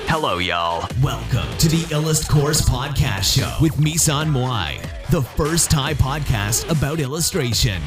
Hello, y'all. Welcome to the Illust Course Podcast Show with Misan Moai, the first Thai podcast about illustration.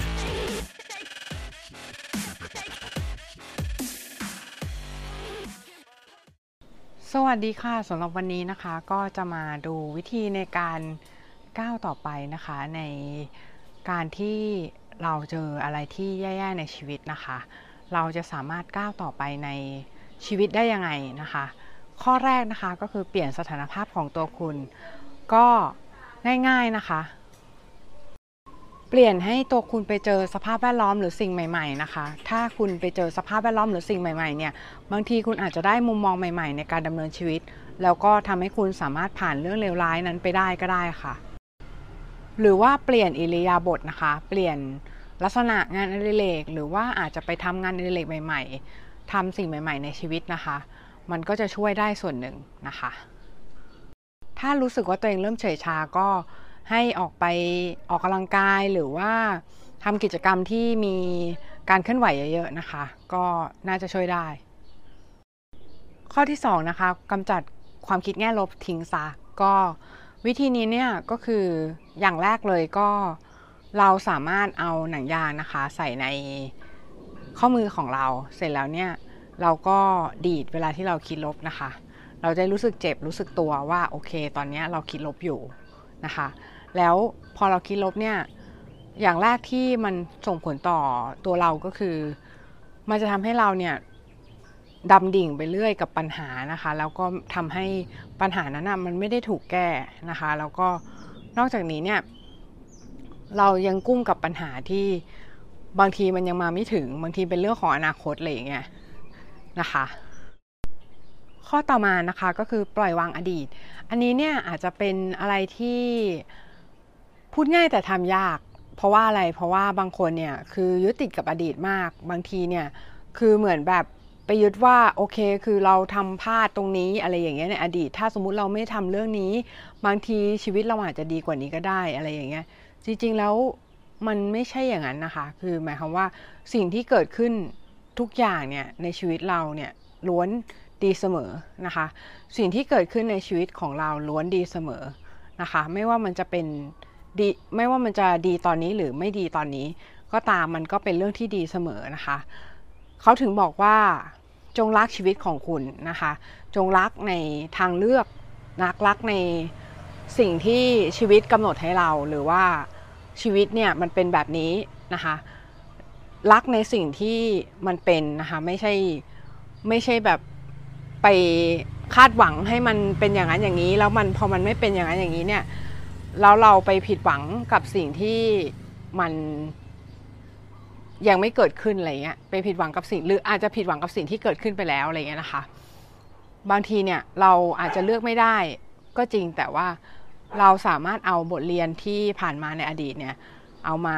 สวัสดีค่ะสำหรับวันนี้นะคะก็จะมาดูวิธีในการก้าวต่อไปนะคะในการที่เราเจออะไรที่แย่ๆในชีวิตนะคะเราจะสามารถก้าวต่อไปในชีวิตได้ยังไงนะคะข้อแรกนะคะก็คือเปลี่ยนสถานภาพของตัวคุณก็ง่ายๆนะคะเปลี่ยนให้ตัวคุณไปเจอสภาพแวดล้อมหรือสิ่งใหม่ๆนะคะถ้าคุณไปเจอสภาพแวดล้อมหรือสิ่งใหม่ๆเนี่ยบางทีคุณอาจจะได้มุมมองใหม่ๆในการดำเนินชีวิตแล้วก็ทำให้คุณสามารถผ่านเรื่องเลวร้ายนั้นไปได้ก็ได้ค่ะหรือว่าเปลี่ยนอิริยาบถนะคะเปลี่ยนลักษณะงานอดิเรกหรือว่าอาจจะไปทำงานอดิเรกใหม่ๆทำสิ่งใหม่ๆในชีวิตนะคะมันก็จะช่วยได้ส่วนหนึ่งนะคะถ้ารู้สึกว่าตัวเองเริ่มเฉยชาก็ให้ออกไปออกกำลังกายหรือว่าทำกิจกรรมที่มีการเคลื่อนไหวเยอะๆนะคะก็น่าจะช่วยได้ข้อที่2นะคะกำจัดความคิดแง่ลบทิ้งซะก็วิธีนี้เนี่ยก็คืออย่างแรกเลยก็เราสามารถเอาหนังยางนะคะใส่ในข้อมือของเราเสร็จแล้วเนี่ยเราก็ดีดเวลาที่เราคิดลบนะคะเราจะรู้สึกเจ็บรู้สึกตัวว่าโอเคตอนนี้เราคิดลบอยู่นะคะแล้วพอเราคิดลบเนี่ยอย่างแรกที่มันส่งผลต่อตัวเราก็คือมันจะทำให้เราเนี่ยดำดิ่งไปเรื่อยกับปัญหานะคะแล้วก็ทำให้ปัญหานั้นมันไม่ได้ถูกแก้นะคะแล้วก็นอกจากนี้เนี่ยเรายังกุ้มกับปัญหาที่บางทีมันยังมาไม่ถึงบางทีเป็นเรื่องของอนาคตอะไรอย่างเงี้ยนะคะข้อต่อมานะคะก็คือปล่อยวางอดีตอันนี้เนี่ยอาจจะเป็นอะไรที่พูดง่ายแต่ทำยากเพราะว่าอะไรเพราะว่าบางคนเนี่ยคือยึดติดกับอดีตมากบางทีเนี่ยคือเหมือนแบบไปยึดว่าโอเคคือเราทำพลาดตรงนี้อะไรอย่างเงี้ยในอดีตถ้าสมมุติเราไม่ทำเรื่องนี้บางทีชีวิตเราอาจจะดีกว่านี้ก็ได้อะไรอย่างเงี้ยจริงๆแล้วมันไม่ใช่อย่างนั้นนะคะคือหมายความว่าสิ่งที่เกิดขึ้นทุกอย่างเนี่ยในชีวิตเราเนี่ยล้วนดีเสมอนะคะสิ่งที่เกิดขึ้นในชีวิตของเราล้วนดีเสมอนะคะไม่ว่ามันจะเป็นดีไม่ว่ามันจะดีตอนนี้หรือไม่ดีตอนนี้ก็ตามมันก็เป็นเรื่องที่ดีเสมอนะคะเขาถึงบอกว่าจงรักชีวิตของคุณนะคะจงรักในทางเลือกรักในสิ่งที่ชีวิตกำหนดให้เราหรือว่าชีวิตเนี่ยมันเป็นแบบนี้นะคะรักในสิ่งที่มันเป็นนะคะไม่ใช่แบบไปคาดหวังให้มันเป็นอย่างนั้นอย่างนี้แล้วมันพอมันไม่เป็นอย่างนั้นอย่างนี้เนี่ยแล้วเราไปผิดหวังกับสิ่งที่มันยังไม่เกิดขึ้นอะไรเงี้ยไปผิดหวังกับสิ่งหรืออาจจะผิดหวังกับสิ่งที่เกิดขึ้นไปแล้วอะไรเงี้ยนะคะบางทีเนี่ยเราอาจจะเลือกไม่ได้ก็จริงแต่ว่าเราสามารถเอาบทเรียนที่ผ่านมาในอดีตเนี่ยเอามา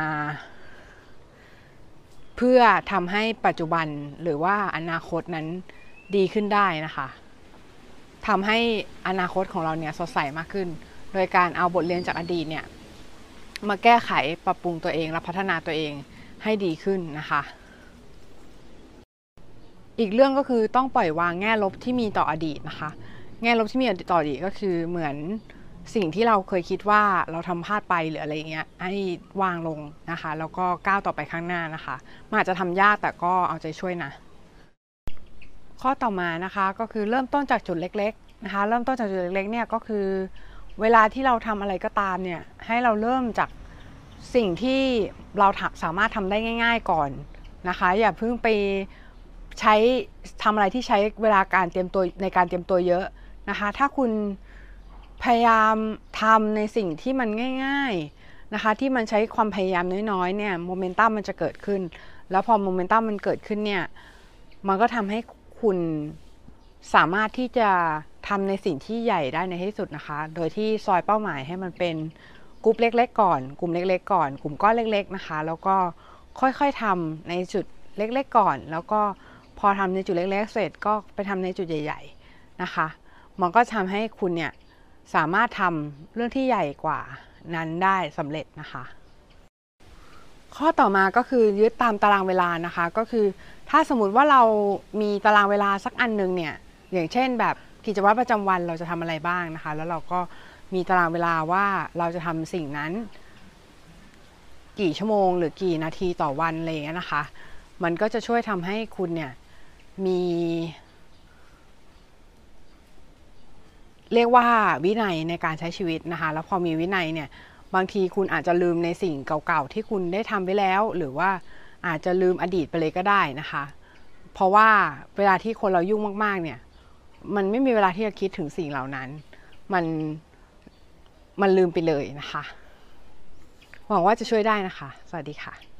เพื่อทำให้ปัจจุบันหรือว่าอนาคตนั้นดีขึ้นได้นะคะทำให้อนาคตของเราเนี่ยสดใสมากขึ้นโดยการเอาบทเรียนจากอดีตเนี่ยมาแก้ไขปรับปรุงตัวเองและพัฒนาตัวเองให้ดีขึ้นนะคะอีกเรื่องก็คือต้องปล่อยวางแง่ลบที่มีต่ออดีตนะคะแง่ลบที่มีต่ออดีตก็คือเหมือนสิ่งที่เราเคยคิดว่าเราทำพลาดไปหรืออะไรเงี้ยให้วางลงนะคะแล้วก็ก้าวต่อไปข้างหน้านะคะมันอาจจะทำยากแต่ก็เอาใจช่วยนะข้อต่อมานะคะก็คือเริ่มต้นจากจุดเล็กๆนะคะเริ่มต้นจากจุดเล็กๆเนี่ยก็คือเวลาที่เราทำอะไรก็ตามเนี่ยให้เราเริ่มจากสิ่งที่เราสามารถทำได้ง่ายๆก่อนนะคะอย่าเพิ่งไปทำอะไรที่ใช้เวลาการเตรียมตัวในการเตรียมตัวเยอะนะคะถ้าคุณพยายามทำในสิ่งที่มันง่ายๆนะคะที่มันใช้ความพยายามน้อยๆเนี่ยโมเมนตัมมันจะเกิดขึ้นแล้วพอโมเมนตัมมันเกิดขึ้นเนี่ยมันก็ทำให้คุณสามารถที่จะทำในสิ่งที่ใหญ่ได้ในที่สุดนะคะโดยที่ซอยเป้าหมายให้มันเป็นกลุ่มเล็กๆก่อนกลุ่มเล็กๆก่อนกลุ่มก้อนเล็กๆนะคะแล้วก็ค่อยๆทำในจุดเล็กๆก่อนแล้วก็พอทำในจุดเล็กๆเสร็จก็ไปทำในจุดใหญ่ๆนะคะมันก็ทำให้คุณเนี่ยสามารถทำเรื่องที่ใหญ่กว่านั้นได้สำเร็จนะคะ ข้อต่อมาก็คือยึดตามตารางเวลานะคะก็คือถ้าสมมุติว่าเรามีตารางเวลาสักอันนึงเนี่ยอย่างเช่นแบบกิจวัตรประจำวันเราจะทำอะไรบ้างนะคะแล้วเราก็มีตารางเวลาว่าเราจะทำสิ่งนั้นกี่ชั่วโมงหรือกี่นาทีต่อวันอะไรอย่างเงี้ยนะคะมันก็จะช่วยทำให้คุณเนี่ยมีเรียกว่าวินัยในการใช้ชีวิตนะคะแล้วพอมีวินัยเนี่ยบางทีคุณอาจจะลืมในสิ่งเก่าๆที่คุณได้ทำไปแล้วหรือว่าอาจจะลืมอดีตไปเลยก็ได้นะคะเพราะว่าเวลาที่คนเรายุ่งมากๆเนี่ยมันไม่มีเวลาที่จะคิดถึงสิ่งเหล่านั้นมันลืมไปเลยนะคะหวังว่าจะช่วยได้นะคะสวัสดีค่ะ